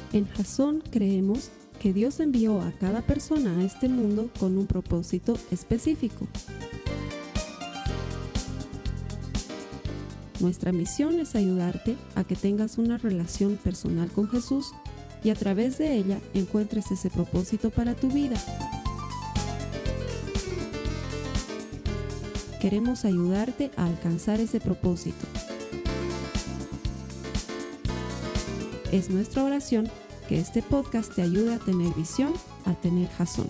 En Jasón creemos que Dios envió a cada persona a este mundo con un propósito específico. Nuestra misión es ayudarte a que tengas una relación personal con Jesús y a través de ella encuentres ese propósito para tu vida. Queremos ayudarte a alcanzar ese propósito. Es nuestra oración que este podcast te ayude a tener visión, a tener Jasón.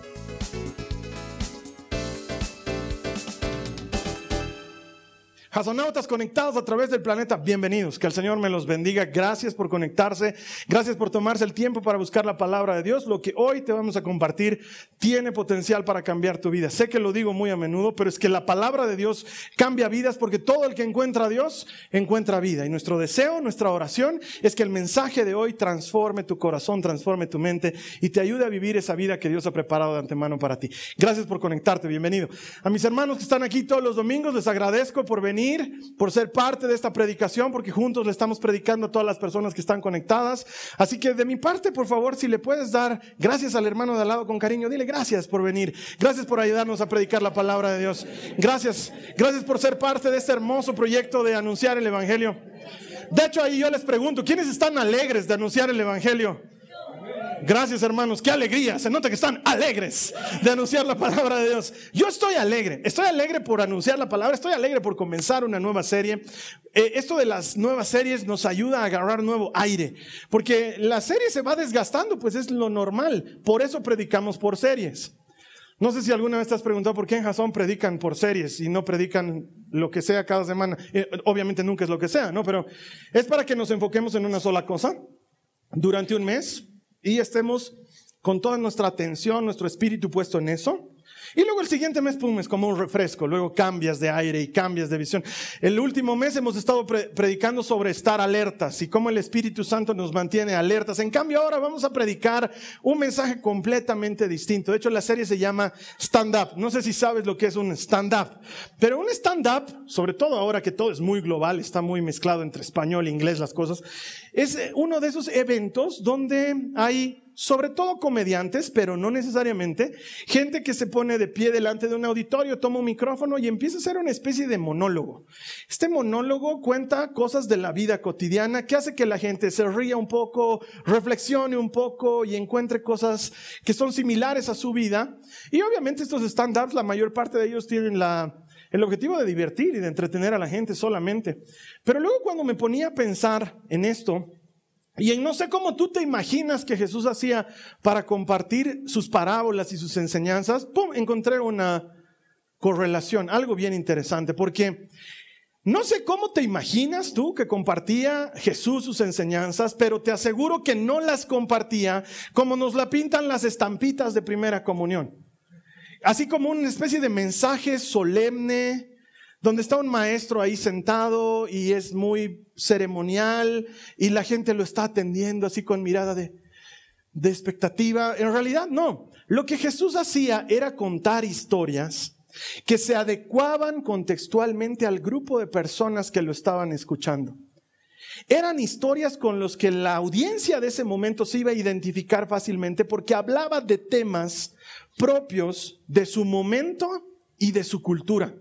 Jasonautas conectados a través del planeta, bienvenidos, que el Señor me los bendiga. Gracias por conectarse, gracias por tomarse el tiempo para buscar la palabra de Dios. Lo que hoy te vamos a compartir tiene potencial para cambiar tu vida. Sé que lo digo muy a menudo, pero es que la palabra de Dios cambia vidas porque todo el que encuentra a Dios encuentra vida. Y nuestro deseo, nuestra oración es que el mensaje de hoy transforme tu corazón, transforme tu mente y te ayude a vivir esa vida que Dios ha preparado de antemano para ti. Gracias por conectarte, bienvenido. A mis hermanos que están aquí todos los domingos, les agradezco por venir, por ser parte de esta predicación, porque juntos le estamos predicando a todas las personas que están conectadas. Así que de mi parte, por favor, si le puedes dar gracias al hermano de al lado con cariño, dile gracias por venir, gracias por ayudarnos a predicar la palabra de Dios, gracias por ser parte de este hermoso proyecto de anunciar el evangelio. De hecho, ahí yo les pregunto, ¿quiénes están alegres de anunciar el evangelio? Gracias, hermanos, qué alegría, se nota que están alegres de anunciar la palabra de Dios. Yo estoy alegre por anunciar la palabra, estoy alegre por comenzar una nueva serie. Esto de las nuevas series nos ayuda a agarrar nuevo aire, porque la serie se va desgastando, pues es lo normal, por eso predicamos por series. No sé si alguna vez te has preguntado por qué en Jasón predican por series y no predican lo que sea cada semana. Obviamente nunca es lo que sea, ¿no? Pero es para que nos enfoquemos en una sola cosa durante un mes y estemos con toda nuestra atención, nuestro espíritu puesto en eso. Y luego el siguiente mes, pum, es como un refresco. Luego cambias de aire y cambias de visión. El último mes hemos estado predicando sobre estar alertas y cómo el Espíritu Santo nos mantiene alertas. En cambio, ahora vamos a predicar un mensaje completamente distinto. De hecho, la serie se llama Stand Up. No sé si sabes lo que es un stand-up. Pero un stand-up, sobre todo ahora que todo es muy global, está muy mezclado entre español e inglés las cosas, es uno de esos eventos donde hay sobre todo comediantes, pero no necesariamente, gente que se pone de pie delante de un auditorio, toma un micrófono y empieza a hacer una especie de monólogo. Este monólogo cuenta cosas de la vida cotidiana que hace que la gente se ría un poco, reflexione un poco y encuentre cosas que son similares a su vida. Y obviamente estos stand-ups, la mayor parte de ellos tienen el objetivo de divertir y de entretener a la gente solamente. Pero luego cuando me ponía a pensar en esto, y en no sé cómo tú te imaginas que Jesús hacía para compartir sus parábolas y sus enseñanzas, ¡pum!, encontré una correlación, algo bien interesante, porque no sé cómo te imaginas tú que compartía Jesús sus enseñanzas, pero te aseguro que no las compartía como nos la pintan las estampitas de primera comunión. Así como una especie de mensaje solemne, donde está un maestro ahí sentado y es muy ceremonial y la gente lo está atendiendo así con mirada de expectativa. En realidad no. Lo que Jesús hacía era contar historias que se adecuaban contextualmente al grupo de personas que lo estaban escuchando. Eran historias con los que la audiencia de ese momento se iba a identificar fácilmente porque hablaba de temas propios de su momento y de su cultura.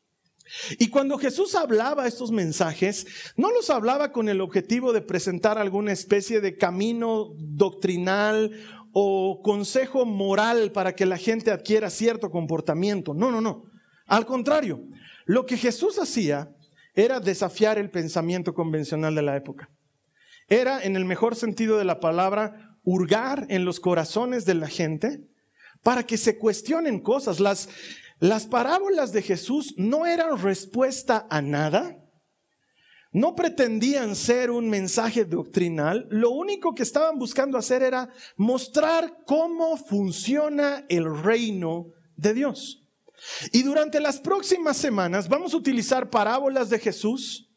Y cuando Jesús hablaba estos mensajes, no los hablaba con el objetivo de presentar alguna especie de camino doctrinal o consejo moral para que la gente adquiera cierto comportamiento. No. Al contrario, lo que Jesús hacía era desafiar el pensamiento convencional de la época. Era, en el mejor sentido de la palabra, hurgar en los corazones de la gente para que se cuestionen cosas. Las parábolas de Jesús no eran respuesta a nada, no pretendían ser un mensaje doctrinal, lo único que estaban buscando hacer era mostrar cómo funciona el reino de Dios. Y durante las próximas semanas vamos a utilizar parábolas de Jesús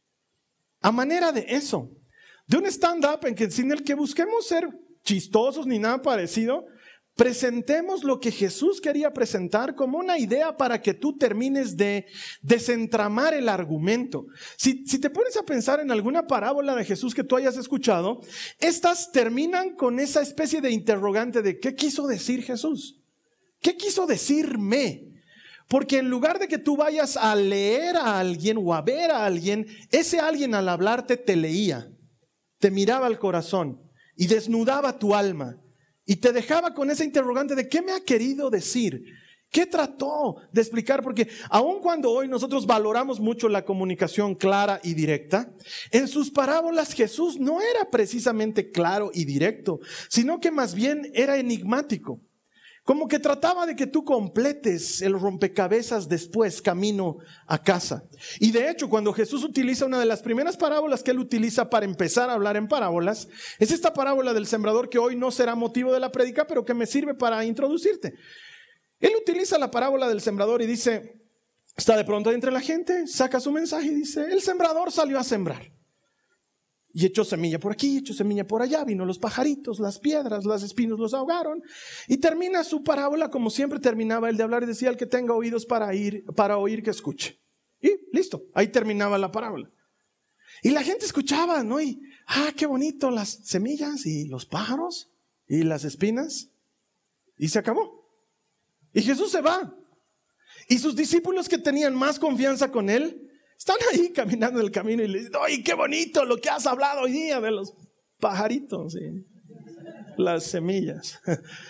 a manera de eso, de un stand-up sin el que busquemos ser chistosos ni nada parecido, presentemos lo que Jesús quería presentar como una idea para que tú termines de desentramar el argumento. Si te pones a pensar en alguna parábola de Jesús que tú hayas escuchado, estas terminan con esa especie de interrogante de ¿qué quiso decir Jesús? ¿Qué quiso decirme? Porque en lugar de que tú vayas a leer a alguien o a ver a alguien, ese alguien al hablarte te leía, te miraba al corazón y desnudaba tu alma. Y te dejaba con esa interrogante de ¿qué me ha querido decir? ¿Qué trató de explicar? Porque aun cuando hoy nosotros valoramos mucho la comunicación clara y directa, en sus parábolas Jesús no era precisamente claro y directo, sino que más bien era enigmático. Como que trataba de que tú completes el rompecabezas después, camino a casa. Y de hecho, cuando Jesús utiliza una de las primeras parábolas que él utiliza para empezar a hablar en parábolas, es esta parábola del sembrador que hoy no será motivo de la prédica, pero que me sirve para introducirte. Él utiliza la parábola del sembrador y dice, está de pronto entre la gente, saca su mensaje y dice, el sembrador salió a sembrar. Y echó semilla por aquí, echó semilla por allá, vino los pajaritos, las piedras, las espinos los ahogaron. Y termina su parábola como siempre terminaba él de hablar y decía, el que tenga oídos para oír que escuche. Y listo, ahí terminaba la parábola. Y la gente escuchaba, ¿no? Y, qué bonito, las semillas y los pájaros y las espinas. Y se acabó. Y Jesús se va. Y sus discípulos que tenían más confianza con él, están ahí caminando en el camino y le dicen, ¡ay, qué bonito lo que has hablado hoy día de los pajaritos y las semillas!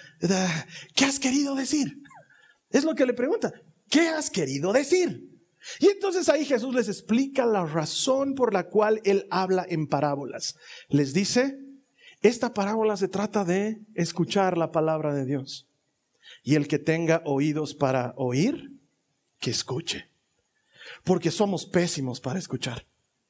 ¿Qué has querido decir? Es lo que le pregunta. ¿Qué has querido decir? Y entonces ahí Jesús les explica la razón por la cual él habla en parábolas. Les dice, esta parábola se trata de escuchar la palabra de Dios. Y el que tenga oídos para oír, que escuche. Porque somos pésimos para escuchar.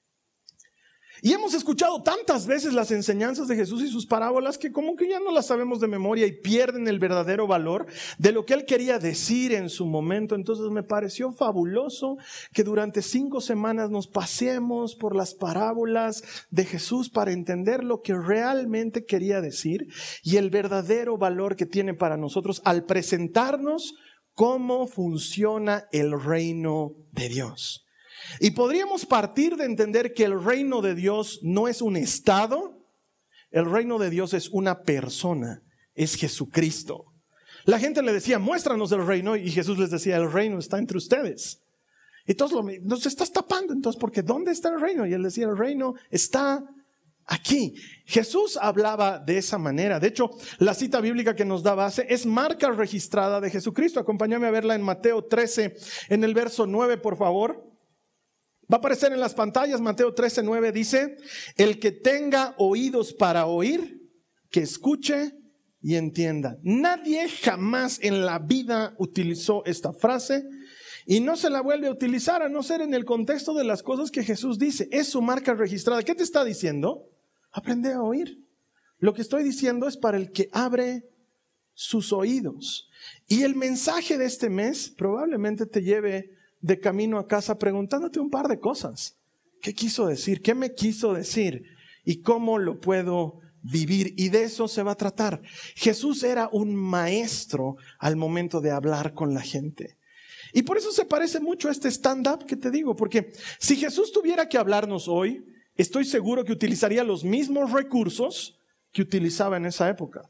Y hemos escuchado tantas veces las enseñanzas de Jesús y sus parábolas que como que ya no las sabemos de memoria y pierden el verdadero valor de lo que él quería decir en su momento. Entonces me pareció fabuloso que durante 5 semanas nos pasemos por las parábolas de Jesús para entender lo que realmente quería decir y el verdadero valor que tiene para nosotros al presentarnos cómo funciona el reino de Dios. Y podríamos partir de entender que el reino de Dios no es un estado, el reino de Dios es una persona, es Jesucristo. La gente le decía, muéstranos el reino, y Jesús les decía, el reino está entre ustedes. Entonces nos estás tapando, entonces, porque ¿dónde está el reino? Y él decía, el reino está aquí. Jesús hablaba de esa manera. De hecho, la cita bíblica que nos da base es marca registrada de Jesucristo. Acompáñame a verla en Mateo 13, en el verso 9, por favor. Va a aparecer en las pantallas. Mateo 13, 9 dice, el que tenga oídos para oír, que escuche y entienda. Nadie jamás en la vida utilizó esta frase y no se la vuelve a utilizar a no ser en el contexto de las cosas que Jesús dice. Es su marca registrada. ¿Qué te está diciendo? Aprende a oír. Lo que estoy diciendo es para el que abre sus oídos. Y el mensaje de este mes probablemente te lleve de camino a casa preguntándote un par de cosas. ¿Qué quiso decir? ¿Qué me quiso decir? ¿Y cómo lo puedo vivir? Y de eso se va a tratar. Jesús era un maestro al momento de hablar con la gente. Y por eso se parece mucho a este stand-up que te digo, porque si Jesús tuviera que hablarnos hoy, estoy seguro que utilizaría los mismos recursos que utilizaba en esa época.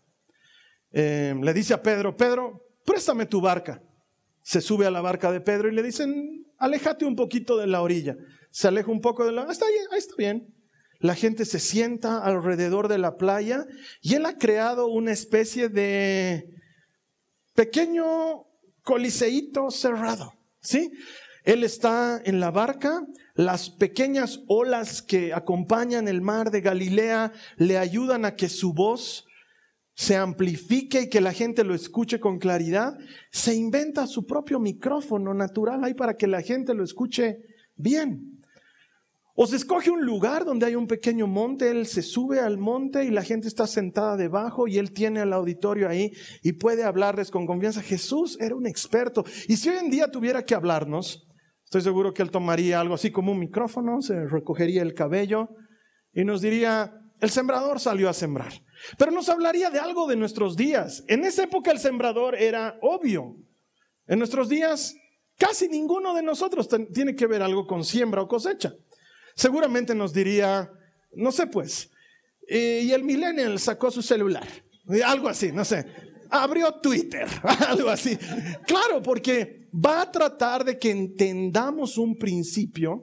Le dice a Pedro, Pedro, préstame tu barca. Se sube a la barca de Pedro y le dicen, aléjate un poquito de la orilla. Se aleja un poco de la... Está bien, ahí está bien. La gente se sienta alrededor de la playa y él ha creado una especie de pequeño coliseíto cerrado, ¿sí? Él está en la barca, las pequeñas olas que acompañan el mar de Galilea le ayudan a que su voz se amplifique y que la gente lo escuche con claridad. Se inventa su propio micrófono natural ahí para que la gente lo escuche bien. O se escoge un lugar donde hay un pequeño monte, él se sube al monte y la gente está sentada debajo y él tiene al auditorio ahí y puede hablarles con confianza. Jesús era un experto. Y si hoy en día tuviera que hablarnos, estoy seguro que él tomaría algo así como un micrófono, se recogería el cabello y nos diría, el sembrador salió a sembrar. Pero nos hablaría de algo de nuestros días. En esa época el sembrador era obvio. En nuestros días casi ninguno de nosotros tiene que ver algo con siembra o cosecha. Seguramente nos diría, no sé pues, y el millennial sacó su celular, algo así, no sé, abrió Twitter, algo así. Claro, porque va a tratar de que entendamos un principio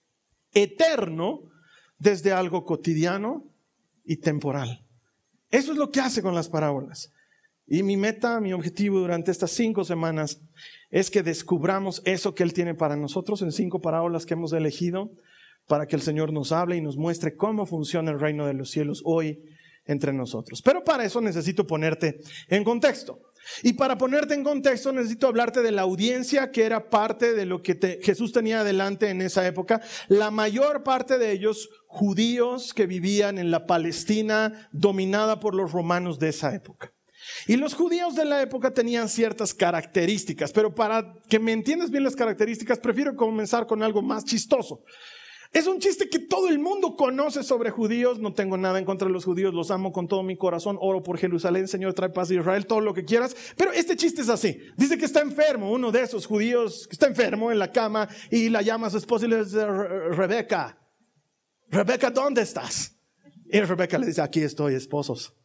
eterno desde algo cotidiano y temporal. Eso es lo que hace con las parábolas. Y mi meta, mi objetivo durante estas 5 semanas es que descubramos eso que Él tiene para nosotros en 5 parábolas que hemos elegido, para que el Señor nos hable y nos muestre cómo funciona el reino de los cielos hoy entre nosotros. Pero para eso necesito ponerte en contexto. Y para ponerte en contexto necesito hablarte de la audiencia que era parte de lo que Jesús tenía adelante en esa época. La mayor parte de ellos judíos que vivían en la Palestina dominada por los romanos de esa época. Y los judíos de la época tenían ciertas características, pero para que me entiendas bien las características, prefiero comenzar con algo más chistoso. Es un chiste que todo el mundo conoce sobre judíos. No tengo nada en contra de los judíos, los amo con todo mi corazón, oro por Jerusalén, Señor, trae paz a Israel, todo lo que quieras. Pero este chiste es así. Dice que está enfermo, uno de esos judíos que está enfermo en la cama y la llama a su esposa y le dice, Rebeca, ¿dónde estás? Y Rebeca le dice, aquí estoy, esposos.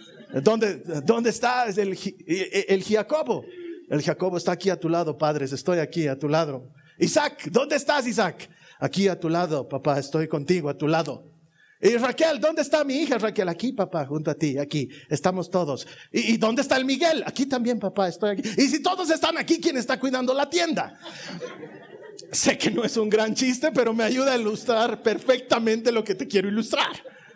¿Dónde está el Jacobo? El Jacobo está aquí a tu lado, padres, estoy aquí a tu lado. Isaac, ¿dónde estás, Isaac? Aquí a tu lado, papá, estoy contigo, a tu lado. Y Raquel, ¿dónde está mi hija Raquel? Aquí, papá, junto a ti, aquí, estamos todos. ¿Y dónde está el Miguel? Aquí también, papá, estoy aquí. Y si todos están aquí, ¿quién está cuidando la tienda? Sé que no es un gran chiste, pero me ayuda a ilustrar perfectamente lo que te quiero ilustrar.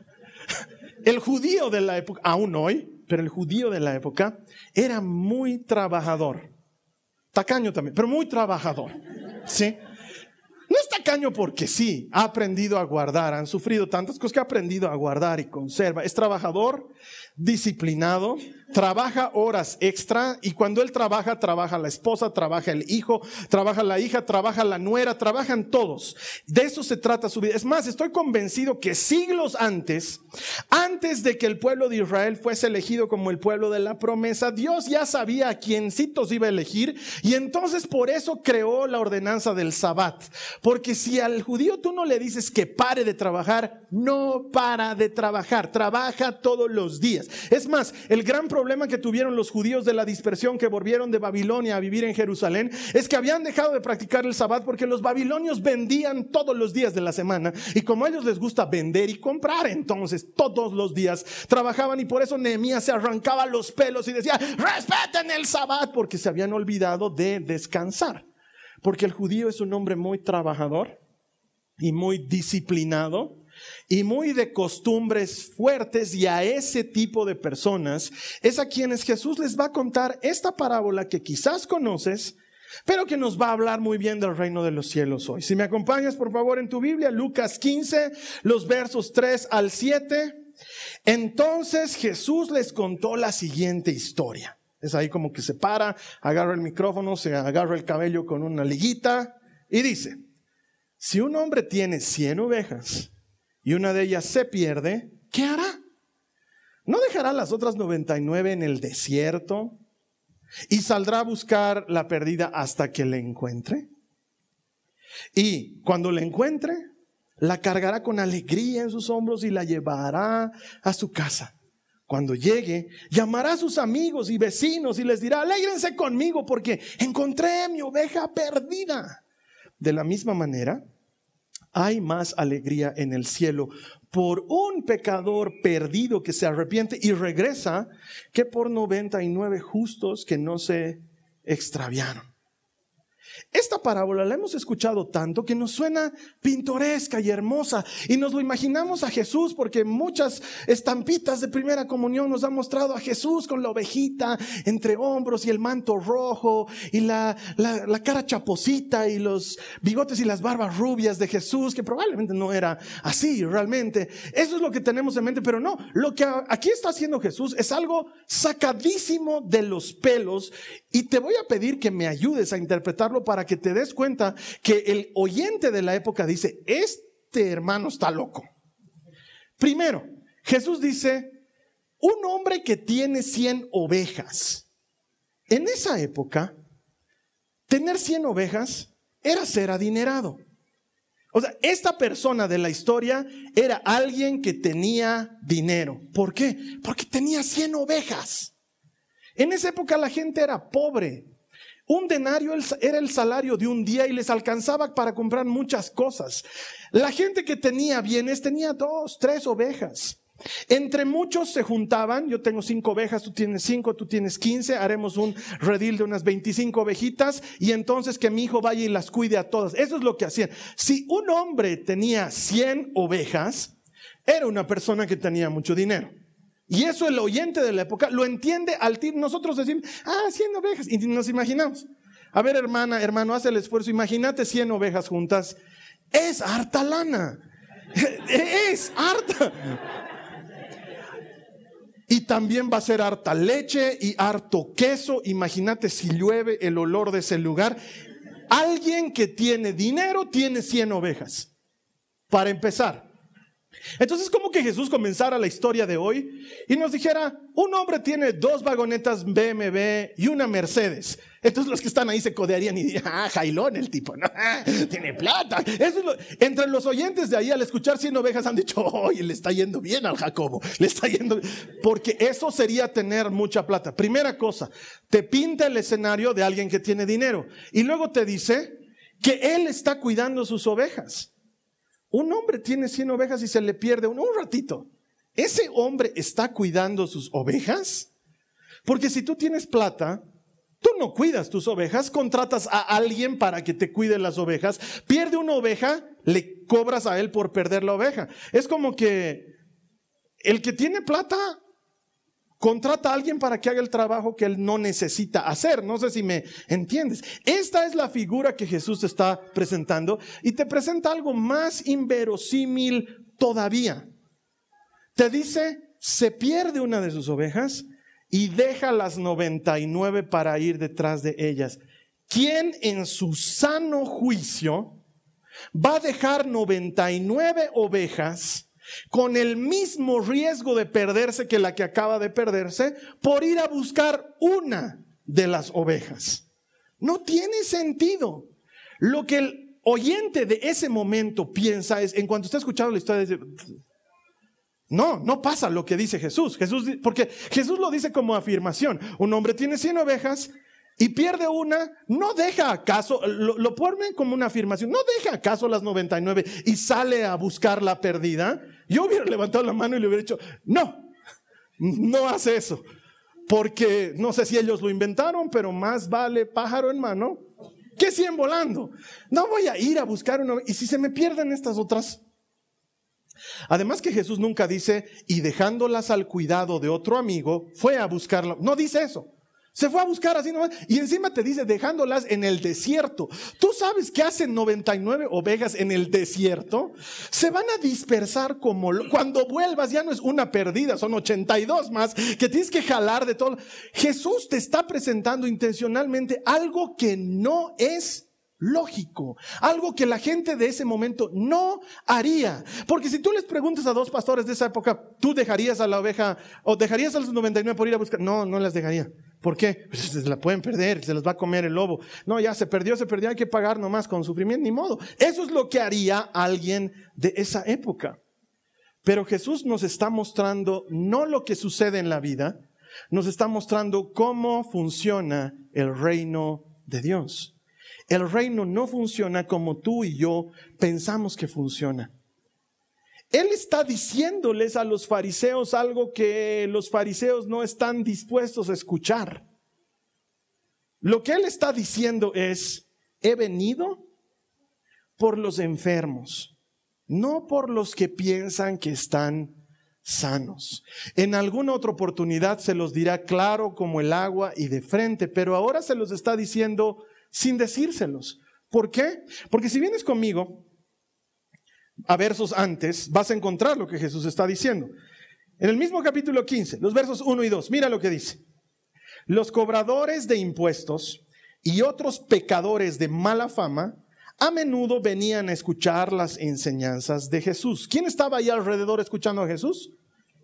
El judío de la época, aún hoy, pero el judío de la época era muy trabajador. Tacaño también, pero muy trabajador, ¿sí? No es tacaño porque sí, ha aprendido a guardar, han sufrido tantas cosas que ha aprendido a guardar y conserva. Es trabajador, disciplinado, trabaja horas extra y cuando él trabaja, trabaja la esposa, trabaja el hijo, trabaja la hija, trabaja la nuera, trabajan todos. De eso se trata su vida. Es más, estoy convencido que siglos antes de que el pueblo de Israel fuese elegido como el pueblo de la promesa, Dios ya sabía a quiéncitos iba a elegir y entonces por eso creó la ordenanza del Sabbat. Porque si al judío tú no le dices que pare de trabajar, no para de trabajar, trabaja todos los días. Es más, el gran problema que tuvieron los judíos de la dispersión que volvieron de Babilonia a vivir en Jerusalén es que habían dejado de practicar el Sabbat porque los babilonios vendían todos los días de la semana y como a ellos les gusta vender y comprar, entonces todos los días trabajaban y por eso Nehemías se arrancaba los pelos y decía, respeten el Sabbat, porque se habían olvidado de descansar. Porque el judío es un hombre muy trabajador y muy disciplinado y muy de costumbres fuertes, y a ese tipo de personas es a quienes Jesús les va a contar esta parábola que quizás conoces, pero que nos va a hablar muy bien del reino de los cielos hoy. Si me acompañas por favor en tu Biblia, Lucas 15, los versos 3 al 7. Entonces Jesús les contó la siguiente historia. Es ahí como que se para, agarra el micrófono, se agarra el cabello con una liguita y dice, si un hombre tiene 100 ovejas y una de ellas se pierde, ¿qué hará? ¿No dejará las otras 99 en el desierto y saldrá a buscar la perdida hasta que la encuentre? Y cuando la encuentre, la cargará con alegría en sus hombros y la llevará a su casa. Cuando llegue, llamará a sus amigos y vecinos y les dirá, alégrense conmigo porque encontré mi oveja perdida. De la misma manera, hay más alegría en el cielo por un pecador perdido que se arrepiente y regresa que por 99 justos que no se extraviaron. Esta parábola la hemos escuchado tanto que nos suena pintoresca y hermosa y nos lo imaginamos a Jesús porque muchas estampitas de primera comunión nos han mostrado a Jesús con la ovejita entre hombros y el manto rojo y la cara chaposita y los bigotes y las barbas rubias de Jesús, que probablemente no era así realmente. Eso es lo que tenemos en mente, pero no, lo que aquí está haciendo Jesús es algo sacadísimo de los pelos y te voy a pedir que me ayudes a interpretarlo para que te des cuenta que el oyente de la época dice, este hermano está loco. Primero, Jesús dice, un hombre que tiene 100 ovejas. En esa época, tener 100 ovejas era ser adinerado. O sea, esta persona de la historia era alguien que tenía dinero. ¿Por qué? Porque tenía 100 ovejas. En esa época la gente era pobre. Un denario era el salario de un día y les alcanzaba para comprar muchas cosas. La gente que tenía bienes tenía 2, 3 ovejas. Entre muchos se juntaban. Yo tengo 5 ovejas, tú tienes 5, tú tienes 15. Haremos un redil de unas 25 ovejitas y entonces que mi hijo vaya y las cuide a todas. Eso es lo que hacían. Si un hombre tenía 100 ovejas, era una persona que tenía mucho dinero. Y eso el oyente de la época lo entiende al tiro. Nosotros decimos, 100 ovejas. Y nos imaginamos. A ver, hermano, haz el esfuerzo. Imagínate 100 ovejas juntas. Es harta lana. Es harta. Y también va a ser harta leche y harto queso. Imagínate si llueve, el olor de ese lugar. Alguien que tiene dinero tiene 100 ovejas. Para empezar. Entonces, como que Jesús comenzara la historia de hoy y nos dijera, un hombre tiene 2 vagonetas BMW y una Mercedes. Entonces los que están ahí se codearían y dirían, jailón el tipo, ¿no? Tiene plata. Eso es entre los oyentes de ahí, al escuchar 100 ovejas, han dicho, oye, le está yendo bien al Jacobo, le está yendo bien. Porque eso sería tener mucha plata. Primera cosa, te pinta el escenario de alguien que tiene dinero y luego te dice que él está cuidando sus ovejas. Un hombre tiene 100 ovejas y se le pierde un ratito. ¿Ese hombre está cuidando sus ovejas? Porque si tú tienes plata, tú no cuidas tus ovejas, contratas a alguien para que te cuide las ovejas, pierde una oveja, le cobras a él por perder la oveja. Es como que el que tiene plata contrata a alguien para que haga el trabajo que él no necesita hacer. No sé si me entiendes. Esta es la figura que Jesús te está presentando y te presenta algo más inverosímil todavía. Te dice, se pierde una de sus ovejas y deja las 99 para ir detrás de ellas. ¿Quién en su sano juicio va a dejar 99 ovejas con el mismo riesgo de perderse que la que acaba de perderse por ir a buscar una de las ovejas? No tiene sentido. Lo que el oyente de ese momento piensa es, en cuanto está escuchando la historia, dice, no pasa lo que dice Jesús. Porque Jesús lo dice como afirmación. Un hombre tiene 100 ovejas y pierde una, no deja acaso, lo pone como una afirmación, no deja acaso las 99 y sale a buscar la perdida. Yo hubiera levantado la mano y le hubiera dicho, no hace eso, porque no sé si ellos lo inventaron, pero más vale pájaro en mano que 100 volando. No voy a ir a buscar una, y si se me pierden estas otras. Además que Jesús nunca dice, y dejándolas al cuidado de otro amigo, fue a buscarla. No dice eso. Se fue a buscar así nomás. Y encima te dice, dejándolas en el desierto. ¿Tú sabes qué hacen 99 ovejas en el desierto? Se van a dispersar como... Cuando vuelvas ya no es una perdida, son 82 más que tienes que jalar de todo. Jesús te está presentando intencionalmente algo que no es lógico, algo que la gente de ese momento no haría. Porque si tú les preguntas a 2 pastores de esa época, ¿tú dejarías a la oveja o dejarías a los 99 por ir a buscar? No las dejaría. ¿Por qué? Pues se la pueden perder, se las va a comer el lobo. No, ya se perdió, hay que pagar nomás con sufrimiento, ni modo. Eso es lo que haría alguien de esa época. Pero Jesús nos está mostrando no lo que sucede en la vida, nos está mostrando cómo funciona el reino de Dios. El reino no funciona como tú y yo pensamos que funciona. Él está diciéndoles a los fariseos algo que los fariseos no están dispuestos a escuchar. Lo que él está diciendo es, he venido por los enfermos, no por los que piensan que están sanos. En alguna otra oportunidad se los dirá claro como el agua y de frente, pero ahora se los está diciendo sin decírselos. ¿Por qué? Porque si vienes conmigo a versos antes, vas a encontrar lo que Jesús está diciendo. En el mismo capítulo 15, los versos 1 y 2, mira lo que dice. Los cobradores de impuestos y otros pecadores de mala fama a menudo venían a escuchar las enseñanzas de Jesús. ¿Quién estaba ahí alrededor escuchando a Jesús?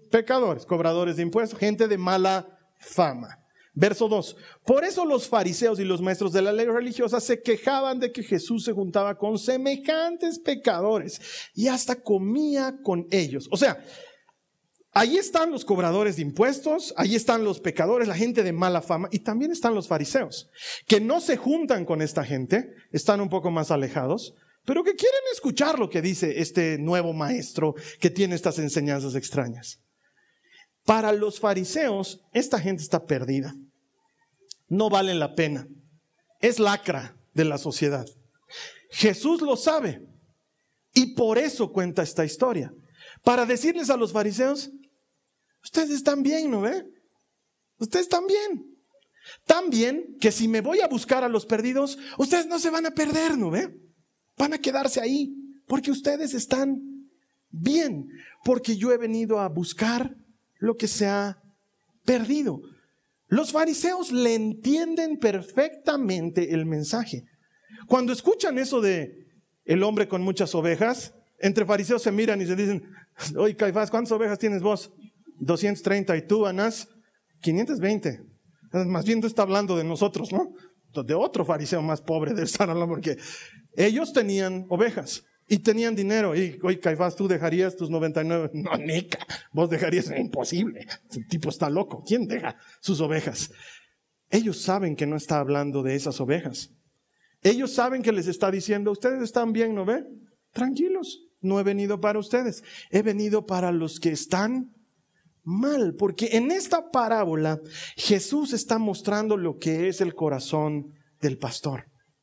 pecadores, cobradores de impuestos, gente de mala fama. Verso 2. Por eso los fariseos y los maestros de la ley religiosa se quejaban de que Jesús se juntaba con semejantes pecadores y hasta comía con ellos. O sea, ahí están los cobradores de impuestos, ahí están los pecadores, la gente de mala fama, y también están los fariseos, que no se juntan con esta gente, están un poco más alejados, pero que quieren escuchar lo que dice este nuevo maestro que tiene estas enseñanzas extrañas. Para los fariseos, esta gente está perdida. No valen la pena. Es lacra de la sociedad. Jesús lo sabe y por eso cuenta esta historia. Para decirles a los fariseos, ustedes están bien, ¿no ve? Ustedes están bien. Tan bien que si me voy a buscar a los perdidos, ustedes no se van a perder, ¿no ve? Van a quedarse ahí porque ustedes están bien. Porque yo he venido a buscar lo que se ha perdido. Los fariseos le entienden perfectamente el mensaje. Cuando escuchan eso de el hombre con muchas ovejas, entre fariseos se miran y se dicen, oye Caifás, ¿cuántas ovejas tienes vos? 230, y tú, Anás, 520. Más bien tú está hablando de nosotros, ¿no? De otro fariseo más pobre de estar hablando, porque ellos tenían ovejas y tenían dinero. Y oye Caifás, ¿tú dejarías tus 99? No, nica, vos dejarías, es imposible. El tipo está loco. ¿Quién deja sus ovejas? Ellos saben que no está hablando de esas ovejas. Ellos saben que les está diciendo, ustedes están bien, ¿no ve? Tranquilos, no he venido para ustedes. He venido para los que están mal. Porque en esta parábola Jesús está mostrando lo que es el corazón del pastor.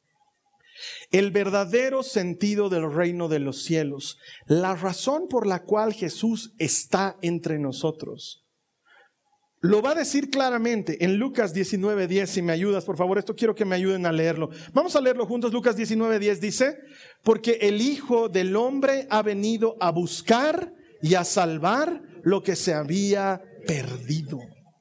El verdadero sentido del reino de los cielos, la razón por la cual Jesús está entre nosotros. Lo va a decir claramente en Lucas 19:10, si me ayudas, por favor, esto quiero que me ayuden a leerlo. Vamos a leerlo juntos. Lucas 19:10 dice, porque el Hijo del Hombre ha venido a buscar y a salvar lo que se había perdido.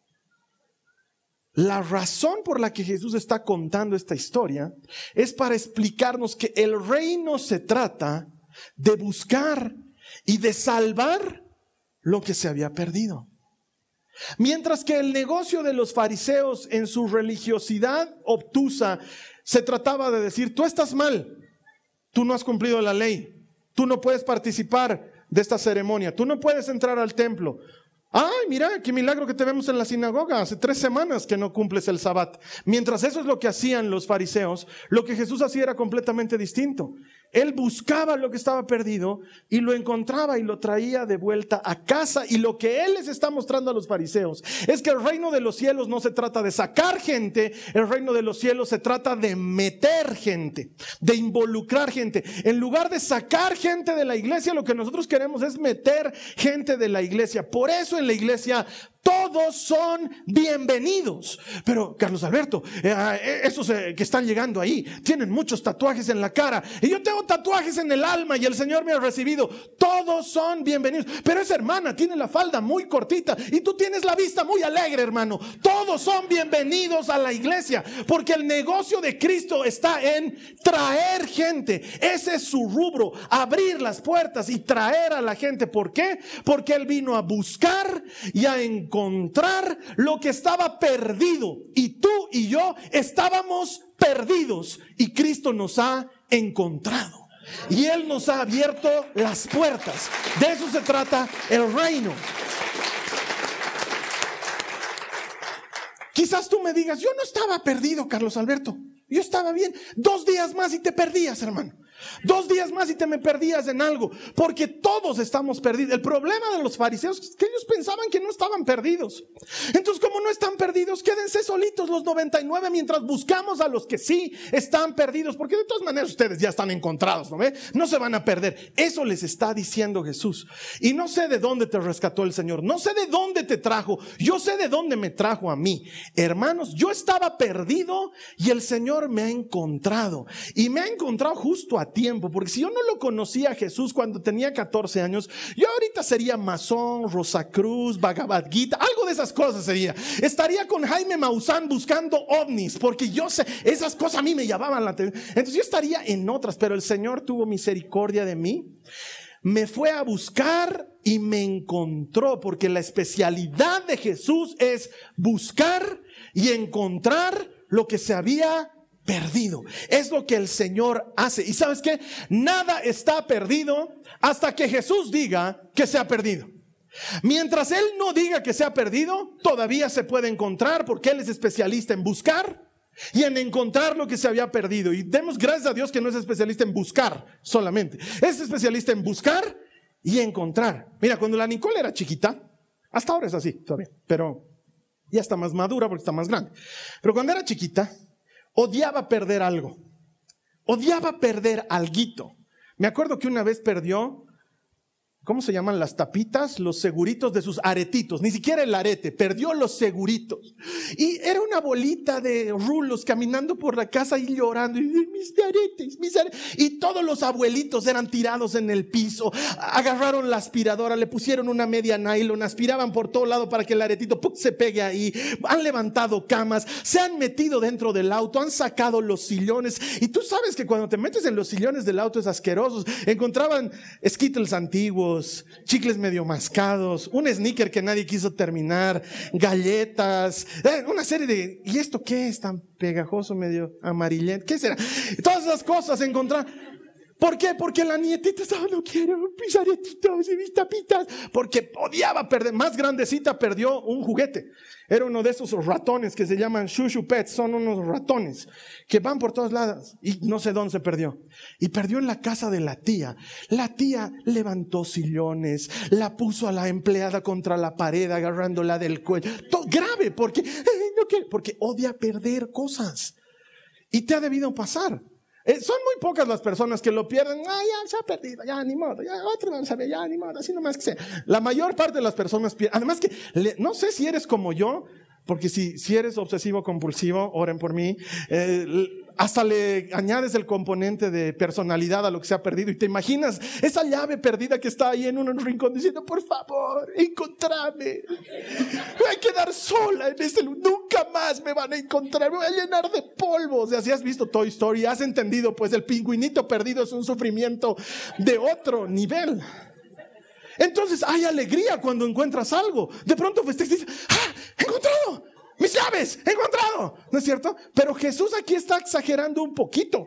La razón por la que Jesús está contando esta historia es para explicarnos que el reino se trata de buscar y de salvar lo que se había perdido. Mientras que el negocio de los fariseos en su religiosidad obtusa se trataba de decir, tú estás mal, tú no has cumplido la ley, tú no puedes participar de esta ceremonia, tú no puedes entrar al templo. Ay, mira, qué milagro que te vemos en la sinagoga. Hace 3 semanas que no cumples el Sabbat. Mientras eso es lo que hacían los fariseos, lo que Jesús hacía era completamente distinto. Él buscaba lo que estaba perdido y lo encontraba y lo traía de vuelta a casa. Y lo que Él les está mostrando a los fariseos es que el reino de los cielos no se trata de sacar gente. El reino de los cielos se trata de meter gente, de involucrar gente. En lugar de sacar gente de la iglesia, lo que nosotros queremos es meter gente de la iglesia. Por eso en la iglesia todos son bienvenidos. Pero Carlos Alberto, esos que están llegando ahí tienen muchos tatuajes en la cara y yo tengo tatuajes en el alma y el Señor me ha recibido. Todos son bienvenidos. Pero esa hermana tiene la falda muy cortita y tú tienes la vista muy alegre, hermano. Todos son bienvenidos a la iglesia, porque el negocio de Cristo está en traer gente. Ese es su rubro, abrir las puertas y traer a la gente. ¿Por qué? Porque Él vino a buscar y a encontrar lo que estaba perdido, y tú y yo estábamos perdidos y Cristo nos ha encontrado y Él nos ha abierto las puertas. De eso se trata el reino. Quizás tú me digas, yo no estaba perdido, Carlos Alberto, yo estaba bien. 2 días más y te perdías, hermano. 2 días más y te me perdías en algo, porque todos estamos perdidos. El problema de los fariseos es que ellos pensaban que no estaban perdidos. Entonces, como no están perdidos, quédense solitos los 99 mientras buscamos a los que sí están perdidos, porque de todas maneras ustedes ya están encontrados, ¿no ve? No se van a perder. Eso les está diciendo Jesús. Y no sé de dónde te rescató el Señor, no sé de dónde te trajo, yo sé de dónde me trajo a mí. Hermanos, yo estaba perdido y el Señor me ha encontrado, y me ha encontrado justo a tiempo, porque si yo no lo conocía a Jesús cuando tenía 14 años, yo ahorita sería masón, Rosacruz, Bhagavad Gita, algo de esas cosas sería. Estaría con Jaime Maussan buscando ovnis, porque yo sé, esas cosas a mí me llamaban la atención. Entonces yo estaría en otras, pero el Señor tuvo misericordia de mí. me fue a buscar y me encontró, porque la especialidad de Jesús es buscar y encontrar lo que se había perdido. Es lo que el Señor hace. ¿Y sabes qué? Nada está perdido hasta que Jesús diga que se ha perdido. Mientras Él no diga que se ha perdido, todavía se puede encontrar, porque Él es especialista en buscar y en encontrar lo que se había perdido. Y demos gracias a Dios que no es especialista en buscar solamente, es especialista en buscar y encontrar. Mira, cuando la Nicole era chiquita, hasta ahora es así todavía, pero ya está más madura porque está más grande. Pero cuando era chiquita, odiaba perder algo, odiaba perder alguito. Me acuerdo que una vez perdió, ¿cómo se llaman las tapitas? Los seguritos de sus aretitos. Ni siquiera el arete, perdió los seguritos. Y era una bolita de rulos caminando por la casa y llorando. Y mis aretes, mis aretes. Y todos los abuelitos eran tirados en el piso. Agarraron la aspiradora, le pusieron una media nylon, aspiraban por todo lado para que el aretito se pegue ahí. Han levantado camas, se han metido dentro del auto, han sacado los sillones. Y tú sabes que cuando te metes en los sillones del auto es asqueroso. Encontraban Skittles antiguos, chicles medio mascados, un sneaker que nadie quiso terminar, galletas, una serie de... ¿Y esto qué es tan pegajoso, medio amarillento? ¿Qué será? Todas esas cosas encontraron. ¿Por qué? Porque la nietita estaba, no quiero mis aretitos y mis tapitas, porque odiaba perder. Más grandecita perdió un juguete. Era uno de esos ratones que se llaman shushu pets. Son unos ratones que van por todos lados y no sé dónde se perdió. Y perdió en la casa de la tía. La tía levantó sillones, la puso a la empleada contra la pared agarrándola del cuello. Todo grave porque odia perder cosas. Y te ha debido pasar. Son muy pocas las personas que lo pierden. Ya se ha perdido, ya ni modo, ya otro no sabe, ya ni modo, así nomás que sea. La mayor parte de las personas pierden. Además que, no sé si eres como yo, porque si eres obsesivo compulsivo, oren por mí, hasta le añades el componente de personalidad a lo que se ha perdido y te imaginas esa llave perdida que está ahí en un rincón diciendo, por favor, encontrame. Me voy a quedar sola en este lugar, nunca más me van a encontrar, me voy a llenar de polvo. O sea, si has visto Toy Story, has entendido, pues el pingüinito perdido es un sufrimiento de otro nivel. Entonces hay alegría cuando encuentras algo. De pronto festejas y dices, encontrado, mis llaves, encontrado. ¿No es cierto? Pero Jesús aquí está exagerando un poquito.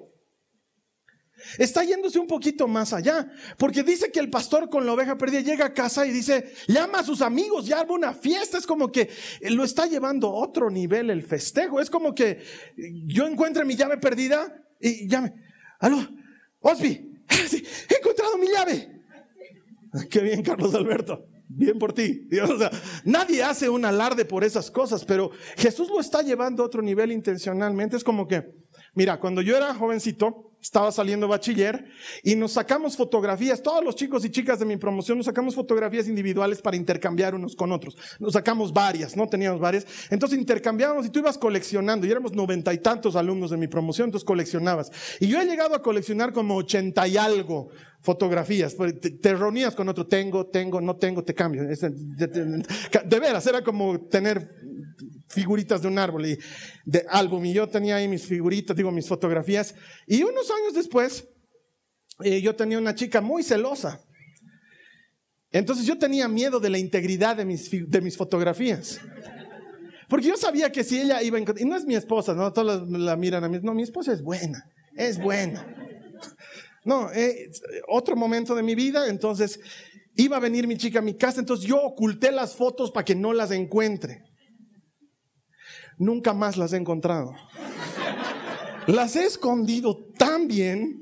Está yéndose un poquito más allá, porque dice que el pastor con la oveja perdida llega a casa y dice, llama a sus amigos, ya arma una fiesta. Es como que lo está llevando a otro nivel el festejo. Es como que yo encuentre mi llave perdida y llame, aló, Osby, sí, he encontrado mi llave. Qué bien, Carlos Alberto, bien por ti. O sea, nadie hace un alarde por esas cosas, pero Jesús lo está llevando a otro nivel intencionalmente. Es como que, mira, cuando yo era jovencito, estaba saliendo bachiller y nos sacamos fotografías, todos los chicos y chicas de mi promoción nos sacamos fotografías individuales para intercambiar unos con otros. Nos sacamos varias, no teníamos varias, entonces intercambiábamos y tú ibas coleccionando y éramos 90 y tantos alumnos de mi promoción, entonces coleccionabas. Y yo he llegado a coleccionar como 80 y algo fotografías. Te reunías con otro, tengo, no tengo, te cambio. De veras, era como tener figuritas de un árbol y de álbum, y yo tenía ahí mis figuritas, mis fotografías, y unos años después yo tenía una chica muy celosa. Entonces yo tenía miedo de la integridad de mis fotografías, porque yo sabía que si ella iba a encontrar, y no es mi esposa, no todos la miran a mí, no, mi esposa es buena. No, otro momento de mi vida, entonces iba a venir mi chica a mi casa, entonces yo oculté las fotos para que no las encuentre. Nunca más las he encontrado. Las he escondido tan bien,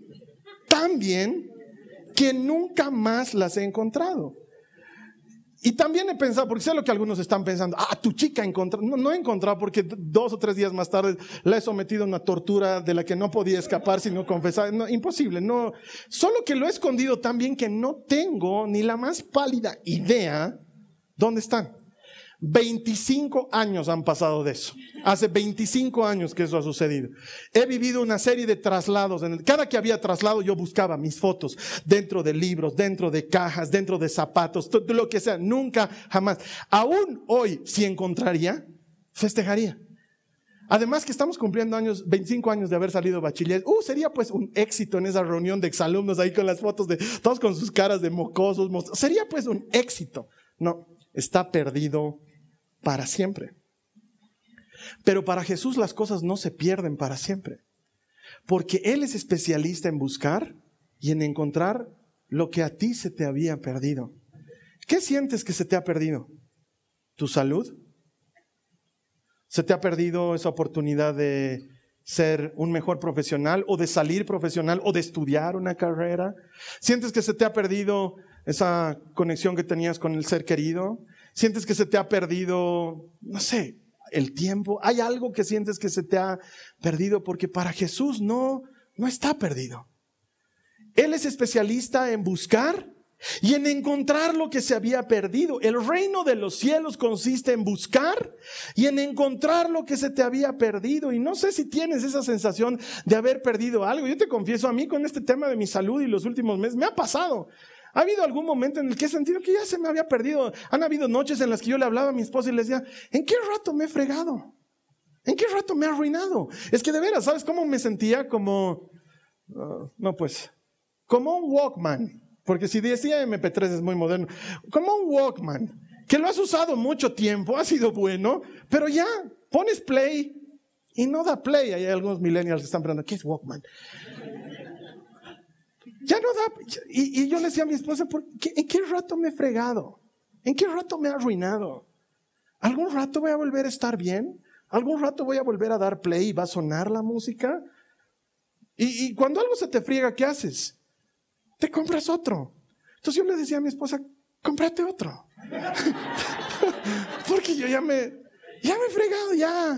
que nunca más las he encontrado. Y también he pensado, porque sé lo que algunos están pensando, tu chica encontró. No he encontrado porque 2 o 3 días más tarde la he sometido a una tortura de la que no podía escapar sino confesar. No, imposible, no. Solo que lo he escondido tan bien que no tengo ni la más pálida idea dónde están. 25 años han pasado de eso. Hace 25 años que eso ha sucedido. He vivido una serie de traslados. Cada que había traslado yo buscaba mis fotos dentro de libros, dentro de cajas, dentro de zapatos, todo lo que sea. Nunca, jamás. Aún hoy, si encontraría, festejaría. Además que estamos cumpliendo 25 años de haber salido bachiller. Sería pues un éxito en esa reunión de exalumnos ahí con las fotos de todos con sus caras de mocosos. Sería pues un éxito. No, está perdido para siempre. Pero para Jesús las cosas no se pierden para siempre. Porque Él es especialista en buscar y en encontrar lo que a ti se te había perdido. ¿Qué sientes que se te ha perdido? ¿Tu salud? ¿Se te ha perdido esa oportunidad de ser un mejor profesional o de salir profesional o de estudiar una carrera? ¿Sientes que se te ha perdido esa conexión que tenías con el ser querido? ¿Sientes que se te ha perdido, no sé, el tiempo? ¿Hay algo que sientes que se te ha perdido? Porque para Jesús no está perdido. Él es especialista en buscar y en encontrar lo que se había perdido. El reino de los cielos consiste en buscar y en encontrar lo que se te había perdido. Y no sé si tienes esa sensación de haber perdido algo. Yo te confieso, a mí con este tema de mi salud y los últimos meses me ha pasado. ¿Ha habido algún momento en el que he sentido que ya se me había perdido? Han habido noches en las que yo le hablaba a mi esposa y le decía, ¿en qué rato me he fregado? ¿En qué rato me he arruinado? Es que de veras, ¿sabes cómo me sentía? Como un Walkman. Porque si decía MP3 es muy moderno. Como un Walkman, que lo has usado mucho tiempo, ha sido bueno, pero ya pones play y no da play. Hay algunos millennials que están preguntando, ¿qué es Walkman? Ya no da. Y yo le decía a mi esposa, ¿en qué rato me he fregado? ¿En qué rato me he arruinado? ¿Algún rato voy a volver a estar bien? ¿Algún rato voy a volver a dar play y va a sonar la música? Y cuando algo se te friega, ¿qué haces? Te compras otro. Entonces yo le decía a mi esposa, cómprate otro. Porque yo ya me he fregado ya.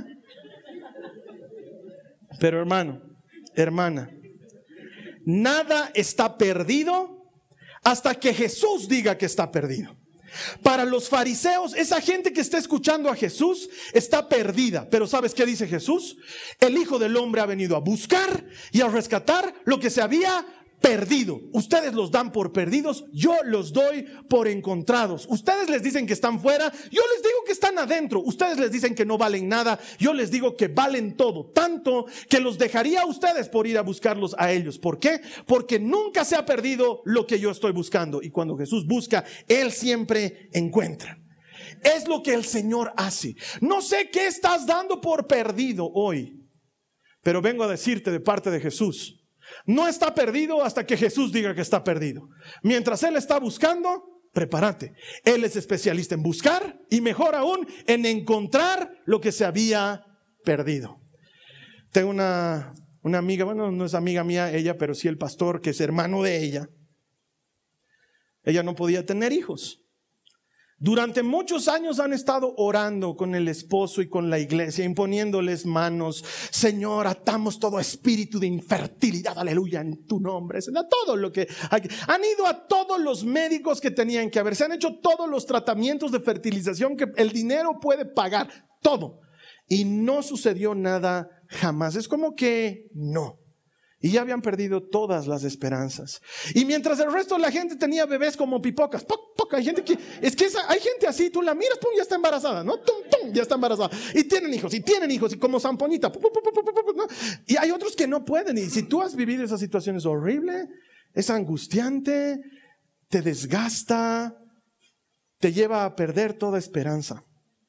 Pero hermano, hermana, nada está perdido hasta que Jesús diga que está perdido. Para los fariseos, esa gente que está escuchando a Jesús está perdida. Pero ¿sabes qué dice Jesús? El Hijo del Hombre ha venido a buscar y a rescatar lo que se había perdido. Ustedes los dan por perdidos, yo los doy por encontrados. Ustedes les dicen que están fuera, yo les digo que están adentro. Ustedes les dicen que no valen nada, yo les digo que valen todo, tanto que los dejaría a ustedes por ir a buscarlos a ellos. ¿Por qué? Porque nunca se ha perdido lo que yo estoy buscando, y cuando Jesús busca, Él siempre encuentra. Es lo que el Señor hace. No sé qué estás dando por perdido hoy, pero vengo a decirte de parte de Jesús: no está perdido hasta que Jesús diga que está perdido. Mientras Él está buscando, prepárate. Él es especialista en buscar y, mejor aún, en encontrar lo que se había perdido. Tengo una amiga, bueno, no es amiga mía ella, pero sí el pastor, que es hermano de ella. Ella no podía tener hijos. Durante muchos años han estado orando con el esposo y con la iglesia, imponiéndoles manos. Señor, atamos todo espíritu de infertilidad, aleluya, en tu nombre. Todo lo que hay. Han ido a todos los médicos que tenían que haber. Se han hecho todos los tratamientos de fertilización que el dinero puede pagar. Todo. Y no sucedió nada jamás. Es como que no. Y ya habían perdido todas las esperanzas. Y mientras el resto de la gente tenía bebés como pipocas, hay gente que, hay gente así, tú la miras, pum, ya está embarazada, ¿no? Ya está embarazada. Y tienen hijos, y como zampoñita, ¿no? Y hay otros que no pueden. Y si tú has vivido esa situación, es horrible, es angustiante, te desgasta, te lleva a perder toda esperanza.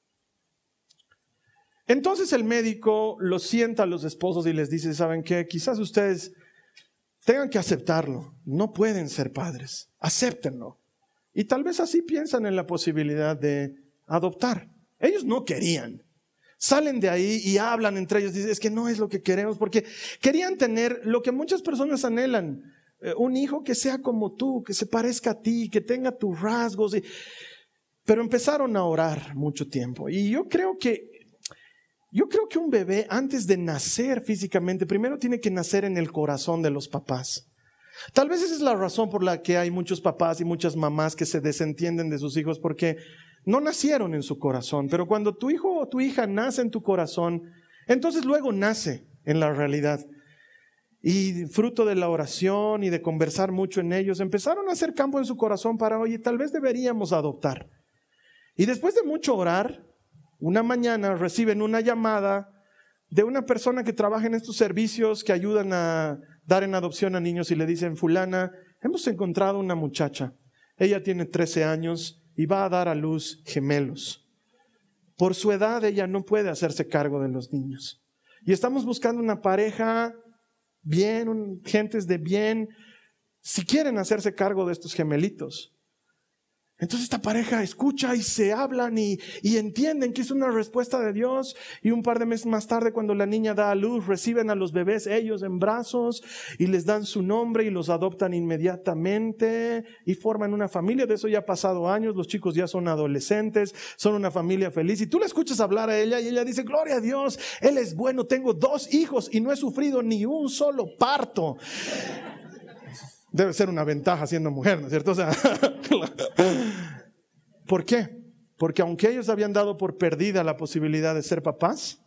Entonces el médico los sienta a los esposos y les dice: ¿saben qué? Quizás ustedes tengan que aceptarlo. No pueden ser padres. Acéptenlo. Y tal vez así piensan en la posibilidad de adoptar. Ellos no querían. Salen de ahí y hablan entre ellos. Dicen: es que no es lo que queremos, porque querían tener lo que muchas personas anhelan. Un hijo que sea como tú, que se parezca a ti, que tenga tus rasgos. Pero empezaron a orar mucho tiempo. Y yo creo que un bebé, antes de nacer físicamente, primero tiene que nacer en el corazón de los papás. Tal vez esa es la razón por la que hay muchos papás y muchas mamás que se desentienden de sus hijos, porque no nacieron en su corazón. Pero cuando tu hijo o tu hija nace en tu corazón, entonces luego nace en la realidad. Y fruto de la oración y de conversar mucho en ellos, empezaron a hacer campo en su corazón para: oye, tal vez deberíamos adoptar. Y después de mucho orar, una mañana reciben una llamada de una persona que trabaja en estos servicios que ayudan a dar en adopción a niños y le dicen: fulana, hemos encontrado una muchacha. Ella tiene 13 años y va a dar a luz gemelos. Por su edad ella no puede hacerse cargo de los niños. Y estamos buscando una pareja bien, gentes de bien, si quieren hacerse cargo de estos gemelitos. Entonces esta pareja escucha y se hablan y entienden que es una respuesta de Dios. Y un par de meses más tarde, cuando la niña da a luz, reciben a los bebés ellos en brazos y les dan su nombre y los adoptan inmediatamente y forman una familia. De eso ya ha pasado años, los chicos ya son adolescentes, son una familia feliz. Y tú la escuchas hablar a ella y ella dice: gloria a Dios, Él es bueno, tengo 2 hijos y no he sufrido ni un solo parto. Debe ser una ventaja siendo mujer, ¿no es cierto? O sea, ¿por qué? Porque aunque ellos habían dado por perdida la posibilidad de ser papás,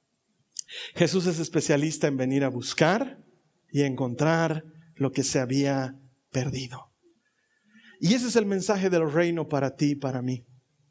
Jesús es especialista en venir a buscar y encontrar lo que se había perdido. Y ese es el mensaje del reino para ti y para mí.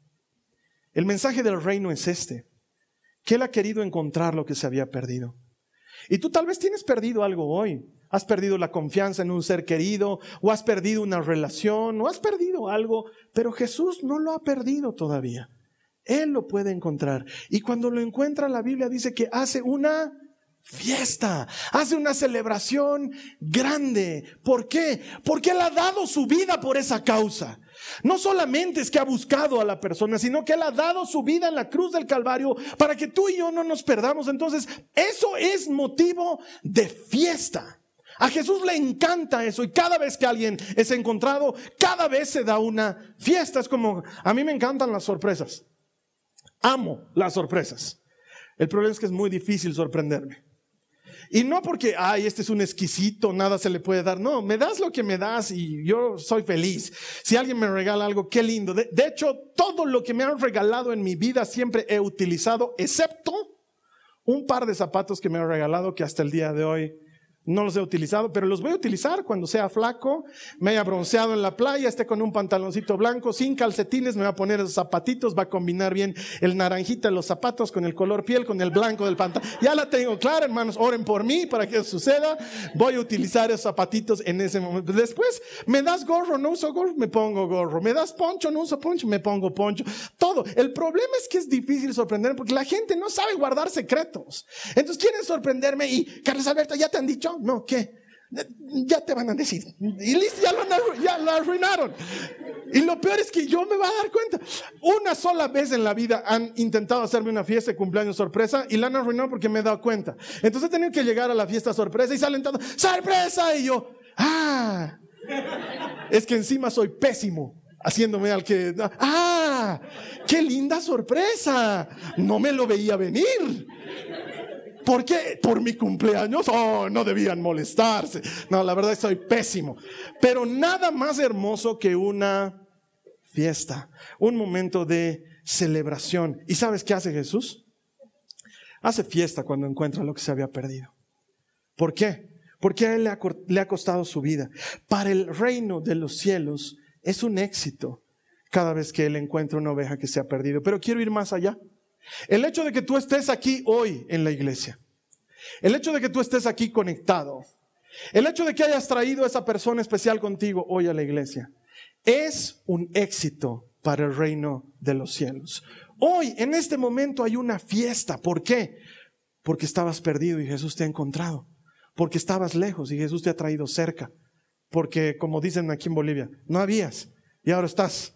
El mensaje del reino es que Él ha querido encontrar lo que se había perdido. Y tú tal vez tienes perdido algo hoy. Has perdido la confianza en un ser querido, o has perdido una relación, o has perdido algo, pero Jesús no lo ha perdido todavía. Él lo puede encontrar. Y cuando lo encuentra, la Biblia dice que hace una fiesta, hace una celebración grande. ¿Por qué? Porque Él ha dado su vida por esa causa. No solamente es que ha buscado a la persona, sino que Él ha dado su vida en la cruz del Calvario para que tú y yo no nos perdamos. Entonces, eso es motivo de fiesta. A Jesús le encanta eso, y cada vez que alguien es encontrado, cada vez se da una fiesta. Es como, a mí me encantan las sorpresas. Amo las sorpresas. El problema es que es muy difícil sorprenderme. Y no porque, este es un exquisito, nada se le puede dar. No, me das lo que me das y yo soy feliz. Si alguien me regala algo, qué lindo. De hecho, todo lo que me han regalado en mi vida siempre he utilizado, excepto un par de zapatos que me han regalado que hasta el día de hoy no los he utilizado, pero los voy a utilizar cuando sea flaco, me haya bronceado en la playa, esté con un pantaloncito blanco, sin calcetines, me voy a poner esos zapatitos, va a combinar bien el naranjita de los zapatos con el color piel, con el blanco del pantalón. Ya la tengo clara, hermanos, oren por mí para que eso suceda. Voy a utilizar esos zapatitos en ese momento. Después, me das gorro, no uso gorro, me pongo gorro. Me das poncho, no uso poncho, me pongo poncho. Todo. El problema es que es difícil sorprender porque la gente no sabe guardar secretos. Entonces quieren sorprenderme y, Carlos Alberto, ¿ya te han dicho? No, ¿qué? Ya te van a decir. Y listo, ya lo arruinaron. Y lo peor es que yo me voy a dar cuenta. Una sola vez en la vida han intentado hacerme una fiesta de cumpleaños sorpresa y la han arruinado porque me he dado cuenta. Entonces he tenido que llegar a la fiesta sorpresa y salen todos, ¡sorpresa! Y yo, es que encima soy pésimo haciéndome al que, ¡qué linda sorpresa! No me lo veía venir. ¿Por qué? Por mi cumpleaños. No debían molestarse. No, la verdad soy pésimo. Pero nada más hermoso que una fiesta, un momento de celebración. ¿Y sabes qué hace Jesús? Hace fiesta cuando encuentra lo que se había perdido. ¿Por qué? Porque a Él le ha costado su vida. Para el reino de los cielos es un éxito cada vez que Él encuentra una oveja que se ha perdido. Pero quiero ir más allá. El hecho de que tú estés aquí hoy en la iglesia, el hecho de que tú estés aquí conectado, el hecho de que hayas traído a esa persona especial contigo hoy a la iglesia, es un éxito para el reino de los cielos. Hoy, en este momento, hay una fiesta. ¿Por qué? Porque estabas perdido y Jesús te ha encontrado. Porque estabas lejos y Jesús te ha traído cerca. Porque, como dicen aquí en Bolivia, no habías y ahora estás.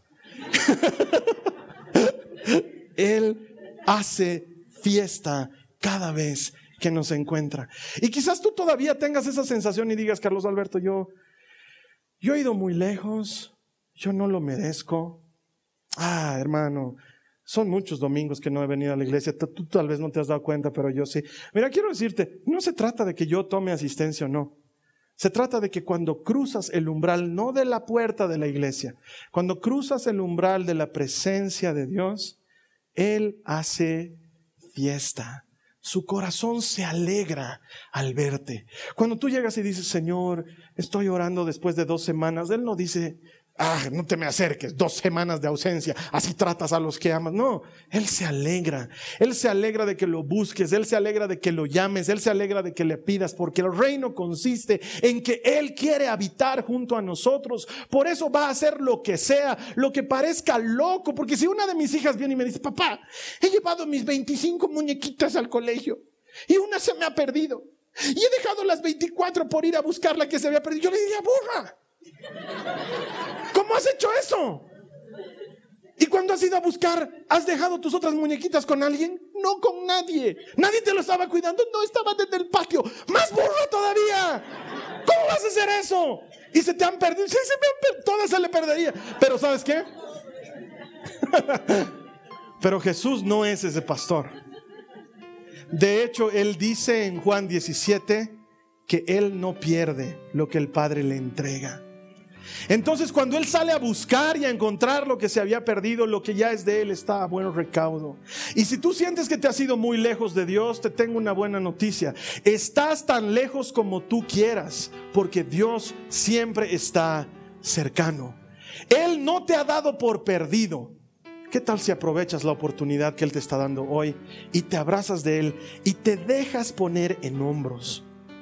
Él hace fiesta cada vez que nos encuentra. Y quizás tú todavía tengas esa sensación y digas, Carlos Alberto, yo he ido muy lejos, yo no lo merezco. Hermano, son muchos domingos que no he venido a la iglesia, tú tal vez no te has dado cuenta, pero yo sí. Mira, quiero decirte, no se trata de que yo tome asistencia o no. Se trata de que cuando cruzas el umbral, no de la puerta de la iglesia, cuando cruzas el umbral de la presencia de Dios, Él hace fiesta. Su corazón se alegra al verte. Cuando tú llegas y dices, Señor, estoy orando después de 2 semanas, Él no dice, no te me acerques, 2 semanas de ausencia, así tratas a los que amas. No, Él se alegra de que lo busques, Él se alegra de que lo llames, Él se alegra de que le pidas, porque el reino consiste en que Él quiere habitar junto a nosotros. Por eso va a hacer lo que sea, lo que parezca loco, porque si una de mis hijas viene y me dice: papá, he llevado mis 25 muñequitas al colegio y una se me ha perdido, y he dejado las 24 por ir a buscar la que se había perdido, yo le diría: burra, ¿cómo has hecho eso? ¿Y cuando has ido a buscar, has dejado tus otras muñequitas con alguien? No, con nadie. Nadie te lo estaba cuidando. No, estaban desde el patio. Más burro todavía. ¿Cómo vas a hacer eso? Y se te han perdido. Sí, todas se le perdería. Pero ¿sabes qué? Pero Jesús no es ese pastor. De hecho, Él dice en Juan 17 que Él no pierde lo que el Padre le entrega. Entonces, cuando Él sale a buscar y a encontrar lo que se había perdido, lo que ya es de Él está a buen recaudo. Y si tú sientes que te has ido muy lejos de Dios, te tengo una buena noticia: estás tan lejos como tú quieras, porque Dios siempre está cercano. Él no te ha dado por perdido. ¿Qué tal si aprovechas la oportunidad que Él te está dando hoy y te abrazas de Él y te dejas poner en hombros?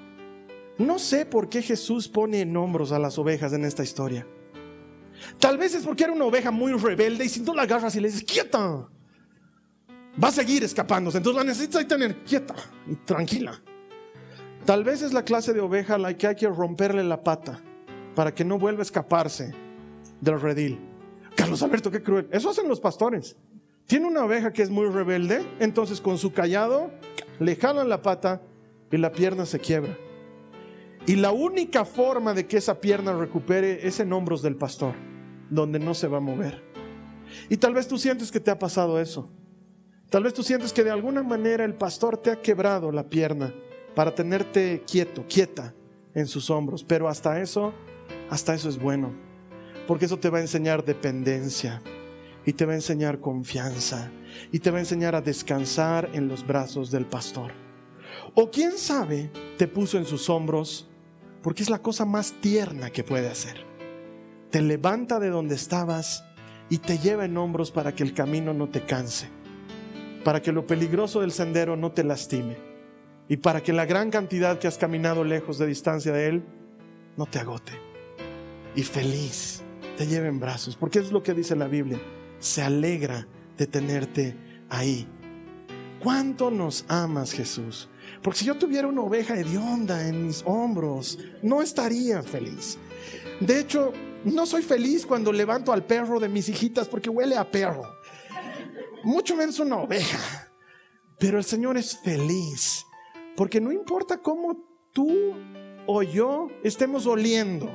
No sé por qué Jesús pone en hombros a las ovejas en esta historia. Tal vez es porque era una oveja muy rebelde, y si tú la agarras y le dices: quieta, va a seguir escapándose. Entonces la necesitas ahí tener quieta y tranquila. Tal vez es la clase de oveja a la que hay que romperle la pata para que no vuelva a escaparse del redil. Carlos Alberto, qué cruel. Eso hacen los pastores. Tiene una oveja que es muy rebelde, entonces con su cayado le jalan la pata y la pierna se quiebra. Y la única forma de que esa pierna recupere es en hombros del pastor, donde no se va a mover. Y tal vez tú sientes que te ha pasado eso. Tal vez tú sientes que de alguna manera el pastor te ha quebrado la pierna para tenerte quieto, quieta en sus hombros. Pero hasta eso es bueno, porque eso te va a enseñar dependencia, y te va a enseñar confianza, y te va a enseñar a descansar en los brazos del pastor. O quién sabe, te puso en sus hombros porque es la cosa más tierna que puede hacer. Te levanta de donde estabas y te lleva en hombros para que el camino no te canse, para que lo peligroso del sendero no te lastime, y para que la gran cantidad que has caminado lejos de distancia de Él no te agote. Y feliz te lleva en brazos, porque es lo que dice la Biblia: se alegra de tenerte ahí. ¿Cuánto nos amas, Jesús? Porque si yo tuviera una oveja hedionda en mis hombros, no estaría feliz. De hecho, no soy feliz cuando levanto al perro de mis hijitas, porque huele a perro, mucho menos una oveja. Pero el Señor es feliz, porque no importa cómo tú o yo estemos oliendo,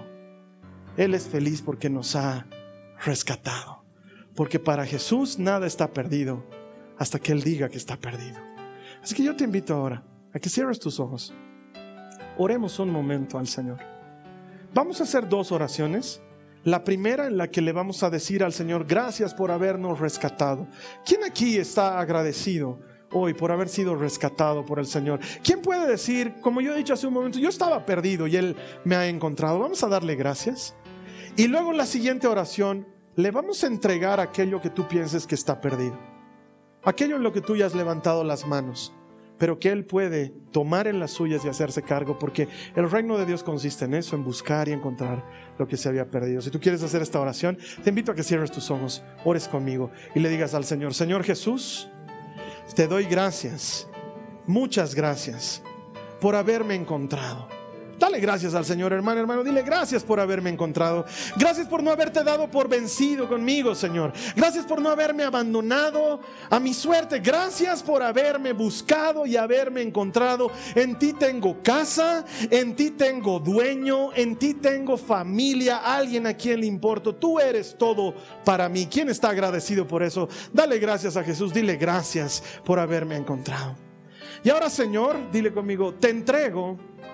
Él es feliz porque nos ha rescatado. Porque para Jesús nada está perdido hasta que Él diga que está perdido. Así que yo te invito ahora a que cierres tus ojos. Oremos un momento al Señor. Vamos a hacer 2 oraciones. La primera, en la que le vamos a decir al Señor: gracias por habernos rescatado. ¿Quién aquí está agradecido hoy por haber sido rescatado por el Señor? ¿Quién puede decir, como yo he dicho hace un momento, yo estaba perdido y Él me ha encontrado? Vamos a darle gracias. Y luego en la siguiente oración le vamos a entregar aquello que tú pienses que está perdido, aquello en lo que tú ya has levantado las manos, pero que Él puede tomar en las suyas y hacerse cargo, porque el reino de Dios consiste en eso, en buscar y encontrar lo que se había perdido. Si tú quieres hacer esta oración, te invito a que cierres tus ojos, ores conmigo y le digas al Señor: Señor Jesús, te doy gracias, muchas gracias por haberme encontrado. Dale gracias al Señor, hermano, dile: gracias por haberme encontrado. Gracias por no haberte dado por vencido conmigo, Señor. Gracias por no haberme abandonado a mi suerte. Gracias por haberme buscado y haberme encontrado. En ti tengo casa, en ti tengo dueño, en ti tengo familia, alguien a quien le importo. Tú eres todo para mí. ¿Quién está agradecido por eso? Dale gracias a Jesús, dile: gracias por haberme encontrado. Y ahora, Señor, dile conmigo: te entrego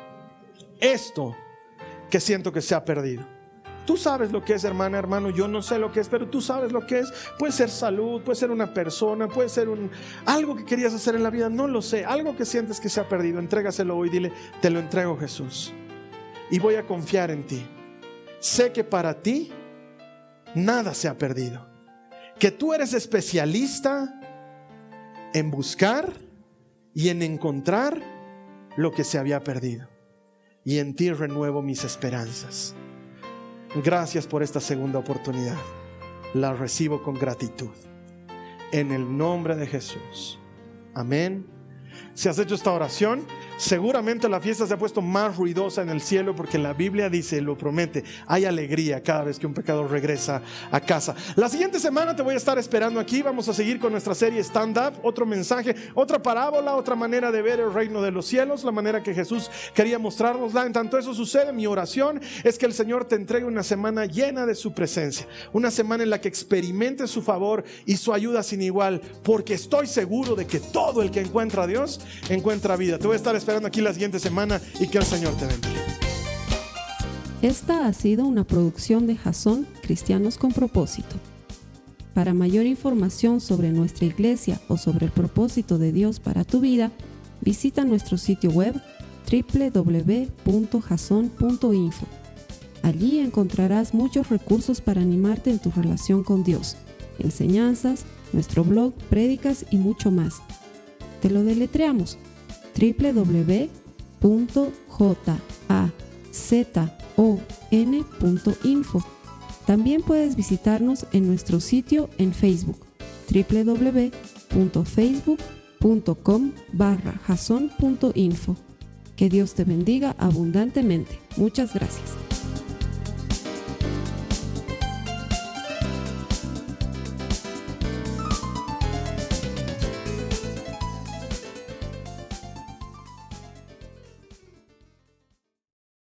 esto que siento que se ha perdido. Tú sabes lo que es, hermana, hermano. Yo no sé lo que es, pero tú sabes lo que es. Puede ser salud, puede ser una persona, puede ser algo que querías hacer en la vida, no lo sé. Algo que sientes que se ha perdido, entrégaselo hoy. Dile: te lo entrego, Jesús, y voy a confiar en ti. Sé que para ti nada se ha perdido. Que tú eres especialista en buscar y en encontrar lo que se había perdido. Y en ti renuevo mis esperanzas. Gracias por esta segunda oportunidad. La recibo con gratitud. En el nombre de Jesús. Amén. Si has hecho esta oración, seguramente la fiesta se ha puesto más ruidosa en el cielo, porque la Biblia dice, lo promete, hay alegría cada vez que un pecador regresa a casa. La siguiente semana te voy a estar esperando aquí. Vamos a seguir con nuestra serie Stand Up, otro mensaje, otra parábola, otra manera de ver el reino de los cielos, la manera que Jesús quería mostrárnosla. En tanto eso sucede, mi oración es que el Señor te entregue una semana llena de su presencia, una semana en la que experimentes su favor y su ayuda sin igual, porque estoy seguro de que todo el que encuentra a Dios encuentra vida. Te voy a estar esperando aquí la siguiente semana y que el Señor te bendiga. Esta ha sido una producción de Jasón Cristianos con Propósito. Para mayor información sobre nuestra iglesia o sobre el propósito de Dios para tu vida, visita nuestro sitio web www.jason.info. Allí encontrarás muchos recursos para animarte en tu relación con Dios, enseñanzas, nuestro blog, prédicas y mucho más. Te lo deletreamos: www.jazon.info. También puedes visitarnos en nuestro sitio en Facebook, www.facebook.com/jason.info. Que Dios te bendiga abundantemente. Muchas gracias.